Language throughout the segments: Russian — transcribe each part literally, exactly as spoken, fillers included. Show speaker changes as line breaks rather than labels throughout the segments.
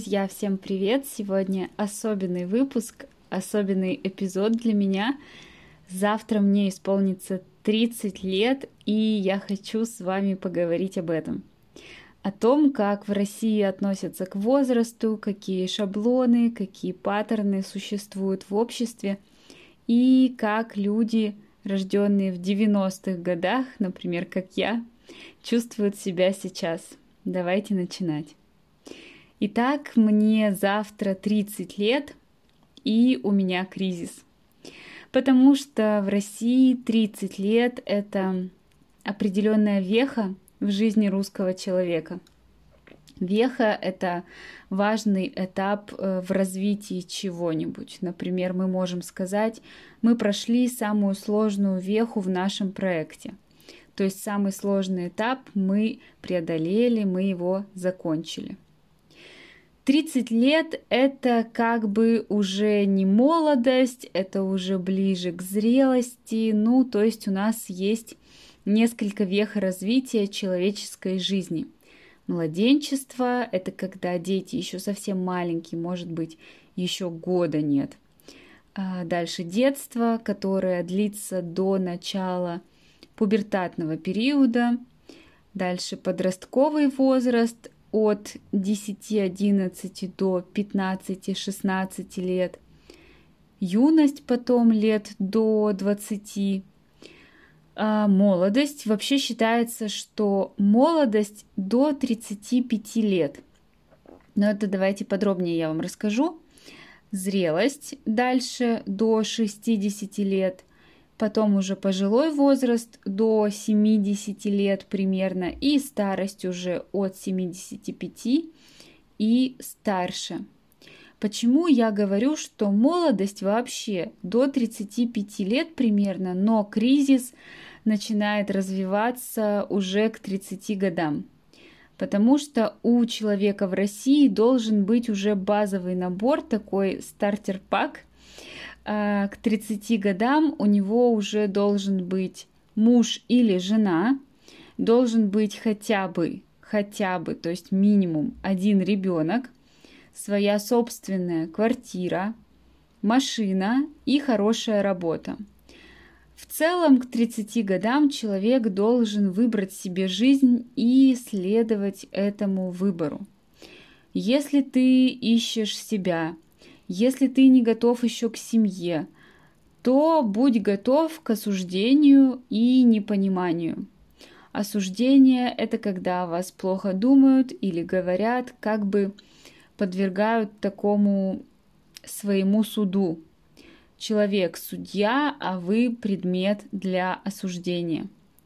Друзья, всем привет! Сегодня особенный выпуск, особенный эпизод для меня. Завтра мне исполнится тридцать лет, и я хочу с вами поговорить об этом. О том, как в России относятся к возрасту, какие шаблоны, какие паттерны существуют в обществе, и как люди, рожденные в девяностых годах, например, как я, чувствуют себя сейчас. Давайте начинать. Итак, мне завтра тридцать лет, и у меня кризис. Потому что в России тридцать лет — это определенная веха в жизни русского человека. Веха — это важный этап в развитии чего-нибудь. Например, мы можем сказать, мы прошли самую сложную веху в нашем проекте. То есть самый сложный этап мы преодолели, мы его закончили. тридцать лет — это как бы уже не молодость, это уже ближе к зрелости. Ну, то есть у нас есть несколько вех развития человеческой жизни. Младенчество — это когда дети еще совсем маленькие, может быть, еще года нет. А дальше детство, которое длится до начала пубертатного периода. Дальше подростковый возраст от десяти-одиннадцати до пятнадцати-шестнадцати лет. Юность потом лет до двадцати. А молодость. Вообще считается, что молодость до тридцати пяти лет. Но это давайте подробнее я вам расскажу. Зрелость дальше до шестидесяти лет. Потом уже пожилой возраст до семидесяти лет примерно, и старость уже от семидесяти пяти и старше. Почему я говорю, что молодость вообще до тридцати пяти лет примерно, но кризис начинает развиваться уже к тридцати годам? Потому что у человека в России должен быть уже базовый набор, такой стартер-пак. К тридцати годам у него уже должен быть муж или жена, должен быть хотя бы, хотя бы, то есть минимум один ребенок, своя собственная квартира, машина и хорошая работа. В целом к тридцати годам человек должен выбрать себе жизнь и следовать этому выбору. Если ты ищешь себя, если ты не готов еще к семье, то будь готов к осуждению и непониманию. Осуждение — это когда о вас плохо думают или говорят, как бы подвергают такому своему суду. Человек — судья, а вы — предмет для осуждения.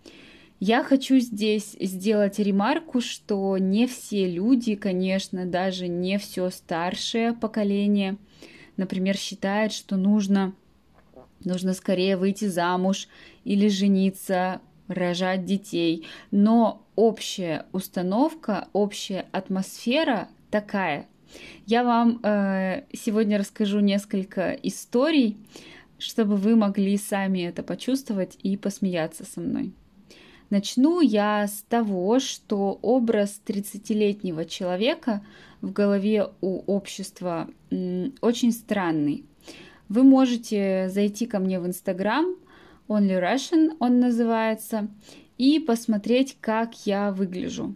Я хочу здесь сделать ремарку, что не все люди, конечно, даже не все старшее поколение, например, считает, что нужно, нужно скорее выйти замуж или жениться, рожать детей. Но общая установка, общая атмосфера такая. Я вам э, сегодня расскажу несколько историй, чтобы вы могли сами это почувствовать и посмеяться со мной. Начну я с того, что образ тридцатилетнего человека в голове у общества очень странный. Вы можете зайти ко мне в Instagram, Only Russian он называется, и посмотреть, как я выгляжу.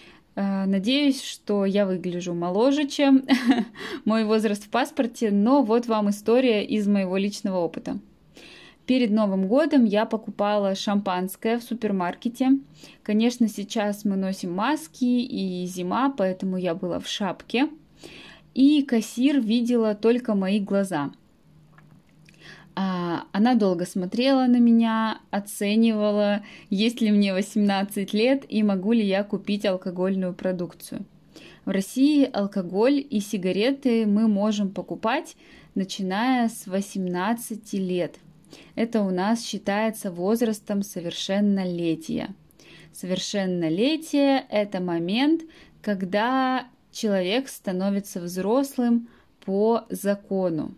Надеюсь, что я выгляжу моложе, чем мой возраст в паспорте, но вот вам история из моего личного опыта. Перед Новым годом я покупала шампанское в супермаркете. Конечно, сейчас мы носим маски и зима, поэтому я была в шапке. И кассир видела только мои глаза. Она долго смотрела на меня, оценивала, есть ли мне восемнадцать лет и могу ли я купить алкогольную продукцию. В России алкоголь и сигареты мы можем покупать, начиная с восемнадцати лет. Это у нас считается возрастом совершеннолетия. Совершеннолетие — это момент, когда человек становится взрослым по закону.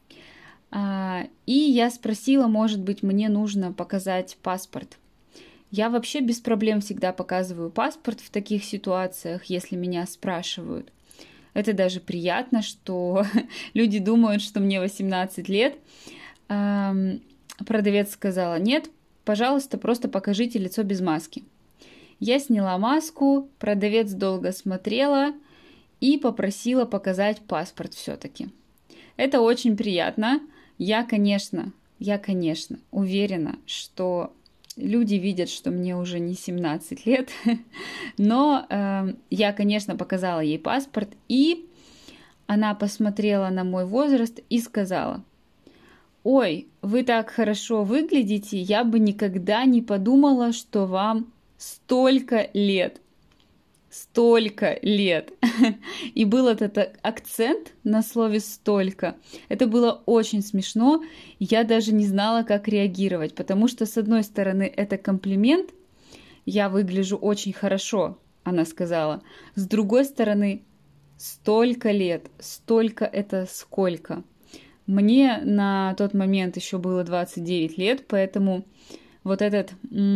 И я спросила, может быть, мне нужно показать паспорт. Я вообще без проблем всегда показываю паспорт в таких ситуациях, если меня спрашивают. Это даже приятно, что люди думают, что мне восемнадцать лет. Продавец сказала: нет, пожалуйста, просто покажите лицо без маски. Я сняла маску, продавец долго смотрела и попросила показать паспорт все-таки. Это очень приятно. Я, конечно, я, конечно, уверена, что люди видят, что мне уже не семнадцать лет, но э, я, конечно, показала ей паспорт, и она посмотрела на мой возраст и сказала: ой, вы так хорошо выглядите, я бы никогда не подумала, что вам столько лет. Столько лет. И был этот акцент на слове «столько». Это было очень смешно. Я даже не знала, как реагировать, потому что, с одной стороны, это комплимент. Я выгляжу очень хорошо, она сказала. С другой стороны, столько лет. Столько — это сколько? Мне на тот момент еще было двадцать девять лет, поэтому вот этот...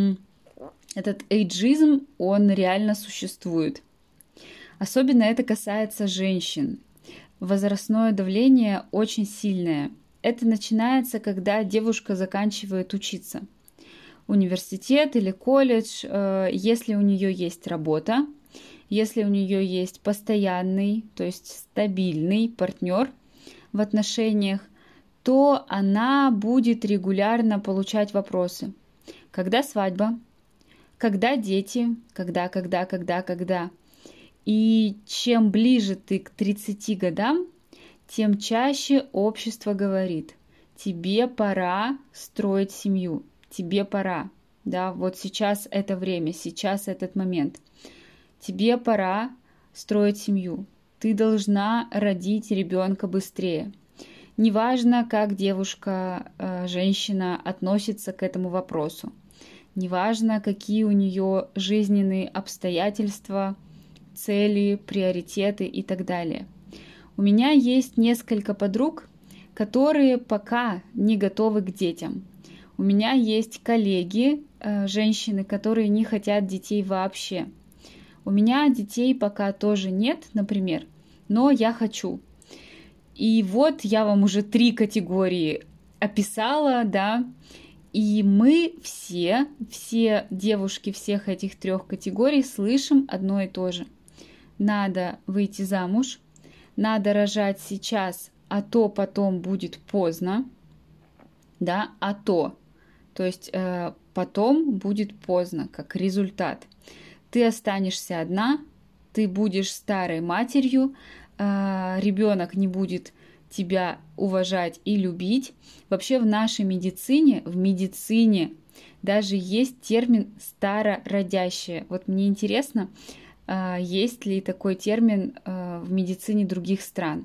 Этот эйджизм, он реально существует. Особенно это касается женщин. Возрастное давление очень сильное. Это начинается, когда девушка заканчивает учиться. Университет или колледж, если у нее есть работа, если у нее есть постоянный, то есть стабильный партнер в отношениях, то она будет регулярно получать вопросы. Когда свадьба? Когда дети, когда, когда, когда, когда. И чем ближе ты к тридцати годам, тем чаще общество говорит: тебе пора строить семью, тебе пора, да, вот сейчас это время, сейчас этот момент. Тебе пора строить семью, ты должна родить ребенка быстрее. Неважно, как девушка, женщина относится к этому вопросу. Неважно, какие у нее жизненные обстоятельства, цели, приоритеты и так далее. У меня есть несколько подруг, которые пока не готовы к детям. У меня есть коллеги, женщины, которые не хотят детей вообще. У меня детей пока тоже нет, например, но я хочу. И вот я вам уже три категории описала, да. И мы все, все девушки всех этих трех категорий слышим одно и то же. Надо выйти замуж, надо рожать сейчас, а то потом будет поздно, да, а то, то есть э, потом будет поздно, как результат. Ты останешься одна, ты будешь старой матерью, э, ребенок не будет тебя уважать и любить. Вообще в нашей медицине, в медицине даже есть термин «старородящее». Вот мне интересно, есть ли такой термин в медицине других стран.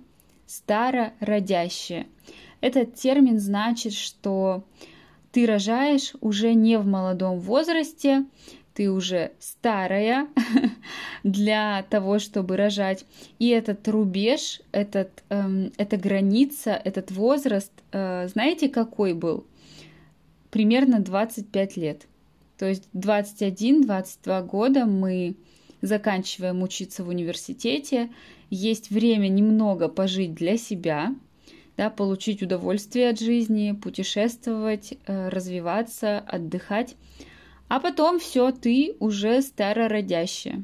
Старородящее. Этот термин значит, что ты рожаешь уже не в молодом возрасте, ты уже старая для того, чтобы рожать. И этот рубеж, этот, эм, эта граница, этот возраст, э, знаете, какой был? Примерно двадцать пять лет. То есть двадцать один - двадцать два года мы заканчиваем учиться в университете, есть время немного пожить для себя, да, получить удовольствие от жизни, путешествовать, э, развиваться, отдыхать. А потом все, ты уже старородящая.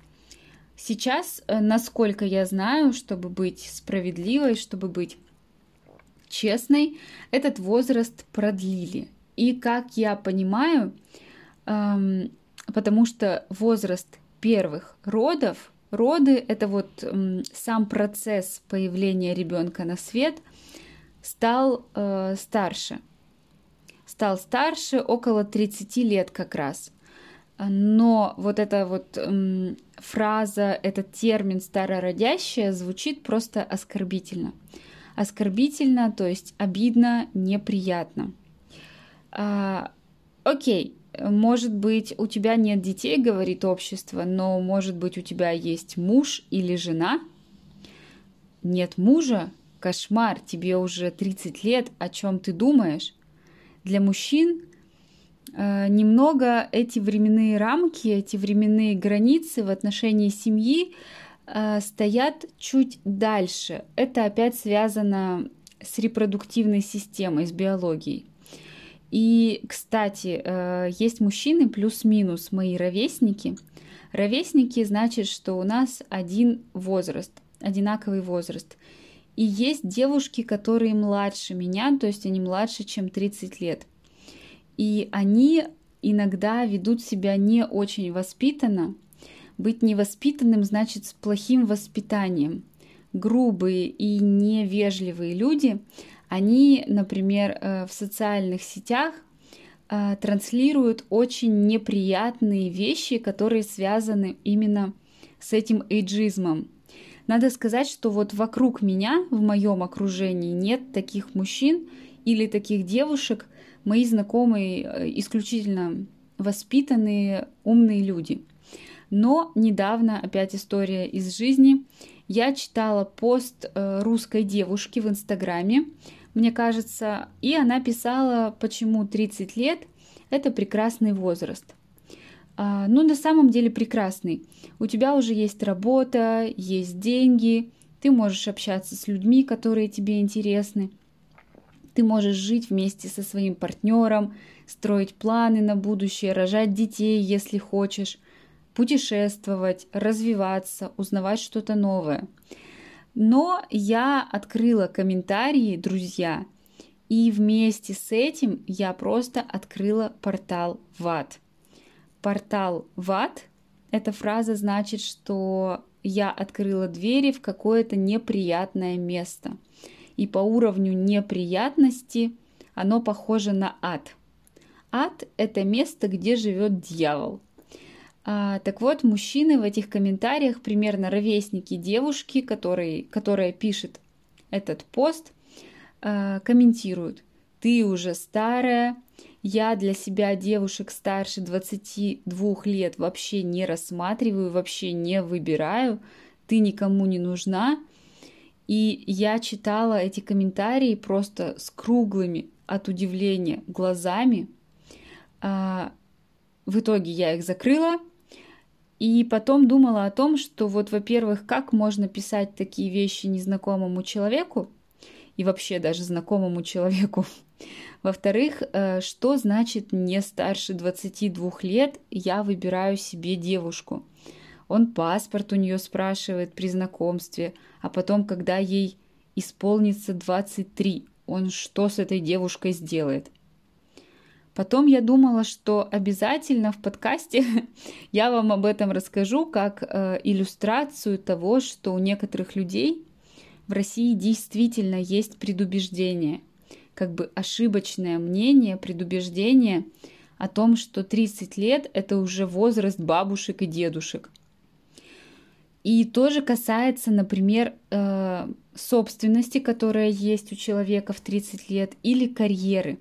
Сейчас, насколько я знаю, чтобы быть справедливой, чтобы быть честной, этот возраст продлили. И как я понимаю, эм, потому что возраст первых родов, роды — это вот эм, сам процесс появления ребенка на свет, стал э, старше. Стал старше около тридцати лет как раз. Но вот эта вот эм, фраза, этот термин «старородящая» звучит просто оскорбительно. Оскорбительно, то есть обидно, неприятно. А, окей, может быть, у тебя нет детей, говорит общество, но, может быть, у тебя есть муж или жена? Нет мужа? Кошмар, тебе уже тридцать лет, о чем ты думаешь? Для мужчин э, немного эти временные рамки, эти временные границы в отношении семьи стоят чуть дальше. Это опять связано с репродуктивной системой, с биологией. И, кстати, есть мужчины плюс-минус мои ровесники. Ровесники значит, что у нас один возраст, одинаковый возраст. И есть девушки, которые младше меня, то есть они младше, чем тридцать лет. И они иногда ведут себя не очень воспитанно. Быть невоспитанным значит с плохим воспитанием. Грубые и невежливые люди, они, например, в социальных сетях транслируют очень неприятные вещи, которые связаны именно с этим эйджизмом. Надо сказать, что вот вокруг меня, в моем окружении, нет таких мужчин или таких девушек. Мои знакомые исключительно воспитанные, умные люди. Но недавно, опять история из жизни, я читала пост русской девушки в Инстаграме, мне кажется, и она писала, почему тридцать лет – это прекрасный возраст. А, ну, на самом деле прекрасный. У тебя уже есть работа, есть деньги, ты можешь общаться с людьми, которые тебе интересны, ты можешь жить вместе со своим партнером, строить планы на будущее, рожать детей, если хочешь, путешествовать, развиваться, узнавать что-то новое. Но я открыла комментарии, друзья, и вместе с этим я просто открыла портал в ад. Портал в ад – эта фраза значит, что я открыла двери в какое-то неприятное место. И по уровню неприятности оно похоже на ад. Ад – это место, где живет дьявол. А, так вот, мужчины в этих комментариях, примерно ровесники девушки, который, которая пишет этот пост, а, комментируют: «Ты уже старая, я для себя девушек старше двадцати двух лет вообще не рассматриваю, вообще не выбираю, ты никому не нужна». И я читала эти комментарии просто с круглыми от удивления глазами. А, в итоге я их закрыла. И потом думала о том, что вот, во-первых, как можно писать такие вещи незнакомому человеку и вообще даже знакомому человеку. Во-вторых, что значит не старше двадцати двух лет я выбираю себе девушку? Он паспорт у нее спрашивает при знакомстве, а потом, когда ей исполнится двадцать три, он что с этой девушкой сделает? Потом я думала, что обязательно в подкасте я вам об этом расскажу как э, иллюстрацию того, что у некоторых людей в России действительно есть предубеждение, как бы ошибочное мнение, предубеждение о том, что тридцать лет – это уже возраст бабушек и дедушек. И тоже касается, например, э, собственности, которая есть у человека в тридцать лет, или карьеры.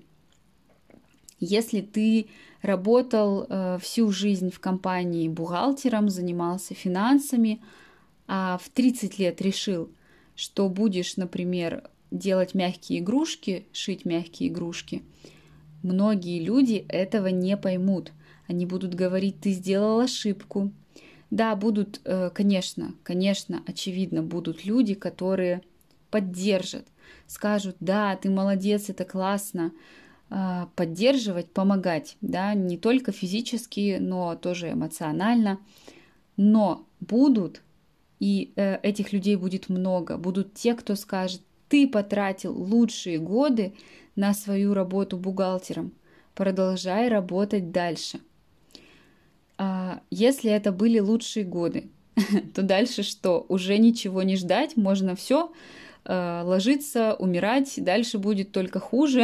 Если ты работал э, всю жизнь в компании бухгалтером, занимался финансами, а в тридцать лет решил, что будешь, например, делать мягкие игрушки, шить мягкие игрушки, многие люди этого не поймут. Они будут говорить: ты сделал ошибку. Да, будут, э, конечно, конечно, очевидно, будут люди, которые поддержат, скажут: да, ты молодец, это классно. Поддерживать, помогать, да, не только физически, но тоже эмоционально. Но будут, и э, этих людей будет много, будут те, кто скажет: ты потратил лучшие годы на свою работу бухгалтером, продолжай работать дальше. А если это были лучшие годы, то дальше что? Уже ничего не ждать, можно все э, ложиться, умирать, дальше будет только хуже.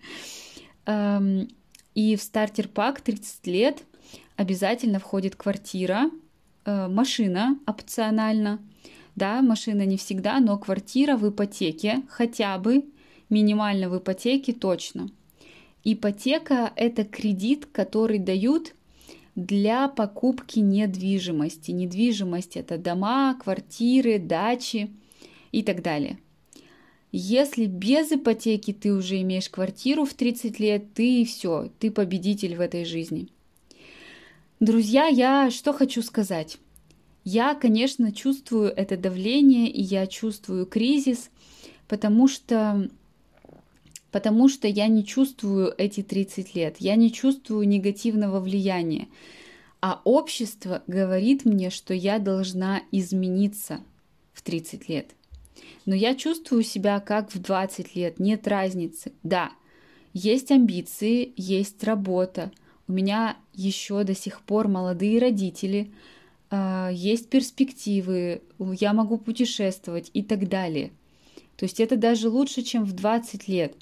И в стартер-пак тридцать лет обязательно входит квартира, машина опционально. Да, машина не всегда, но квартира в ипотеке, хотя бы минимально в ипотеке точно. Ипотека – это кредит, который дают для покупки недвижимости. Недвижимость – это дома, квартиры, дачи и так далее. Если без ипотеки ты уже имеешь квартиру в тридцать лет, ты все, ты победитель в этой жизни. Друзья, я что хочу сказать? Я, конечно, чувствую это давление, и я чувствую кризис, потому что, потому что я не чувствую эти тридцать лет, я не чувствую негативного влияния. А общество говорит мне, что я должна измениться в тридцать лет. Но я чувствую себя как в двадцать лет, нет разницы. Да, есть амбиции, есть работа. У меня еще до сих пор молодые родители, есть перспективы, я могу путешествовать и так далее. То есть это даже лучше, чем в двадцать лет.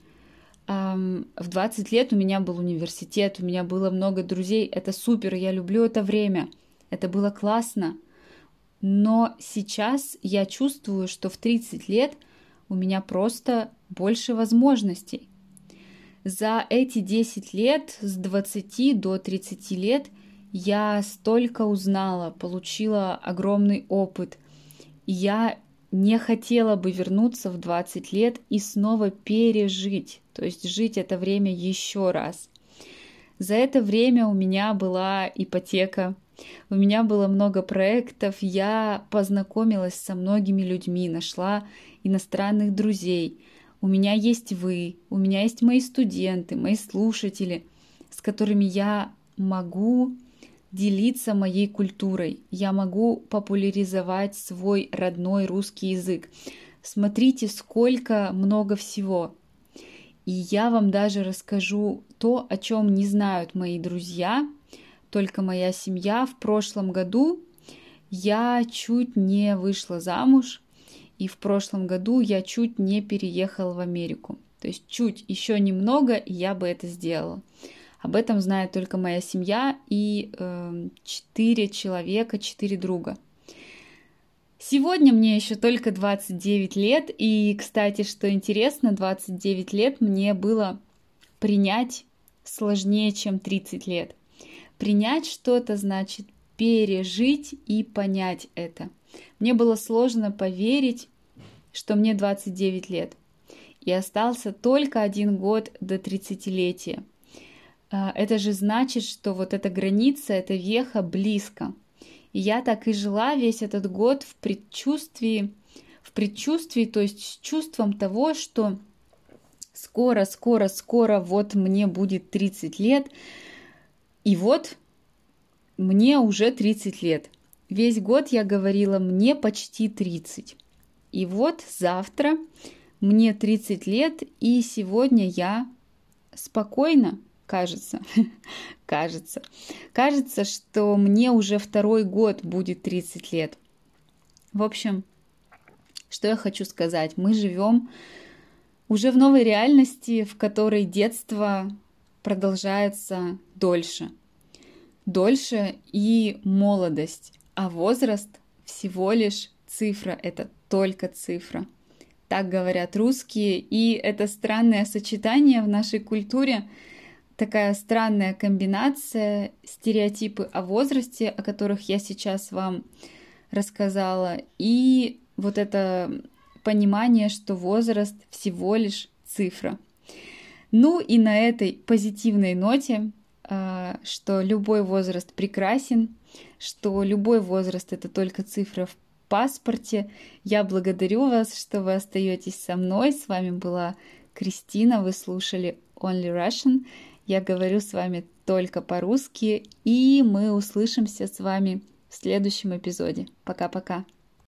В двадцать лет у меня был университет, у меня было много друзей, это супер, я люблю это время, это было классно. Но сейчас я чувствую, что в тридцать лет у меня просто больше возможностей. За эти десять лет, с двадцати до тридцати лет, я столько узнала, получила огромный опыт. И я не хотела бы вернуться в двадцать лет и снова пережить, то есть жить это время еще раз. За это время у меня была ипотека, у меня было много проектов, я познакомилась со многими людьми, нашла иностранных друзей. У меня есть вы, у меня есть мои студенты, мои слушатели, с которыми я могу делиться моей культурой, я могу популяризовать свой родной русский язык. Смотрите, сколько много всего. И я вам даже расскажу то, о чем не знают мои друзья, только моя семья. В прошлом году я чуть не вышла замуж, и в прошлом году я чуть не переехала в Америку. То есть чуть, еще немного, и я бы это сделала. Об этом знает только моя семья и э, четыре человека, четыре друга. Сегодня мне еще только двадцать девять лет, и, кстати, что интересно, двадцать девять лет мне было принять сложнее, чем тридцать лет. Принять что-то значит пережить и понять это. Мне было сложно поверить, что мне двадцать девять лет, и остался только один год до тридцатилетия. Это же значит, что вот эта граница, эта веха близко. И я так и жила весь этот год в предчувствии, в предчувствии, то есть с чувством того, что скоро, скоро, скоро вот мне будет тридцать лет, и вот мне уже тридцать лет. Весь год я говорила, мне почти тридцать. И вот завтра мне тридцать лет, и сегодня я спокойна. Кажется, кажется, кажется, что мне уже второй год будет тридцать лет. В общем, что я хочу сказать? Мы живем уже в новой реальности, в которой детство продолжается дольше. Дольше и молодость, а возраст всего лишь цифра, это только цифра. Так говорят русские, и это странное сочетание в нашей культуре, такая странная комбинация, стереотипы о возрасте, о которых я сейчас вам рассказала, и вот это понимание, что возраст всего лишь цифра. Ну и на этой позитивной ноте, что любой возраст прекрасен, что любой возраст — это только цифра в паспорте, я благодарю вас, что вы остаетесь со мной. С вами была Кристина, вы слушали Only Russian. Я говорю с вами только по-русски, и мы услышимся с вами в следующем эпизоде. Пока-пока.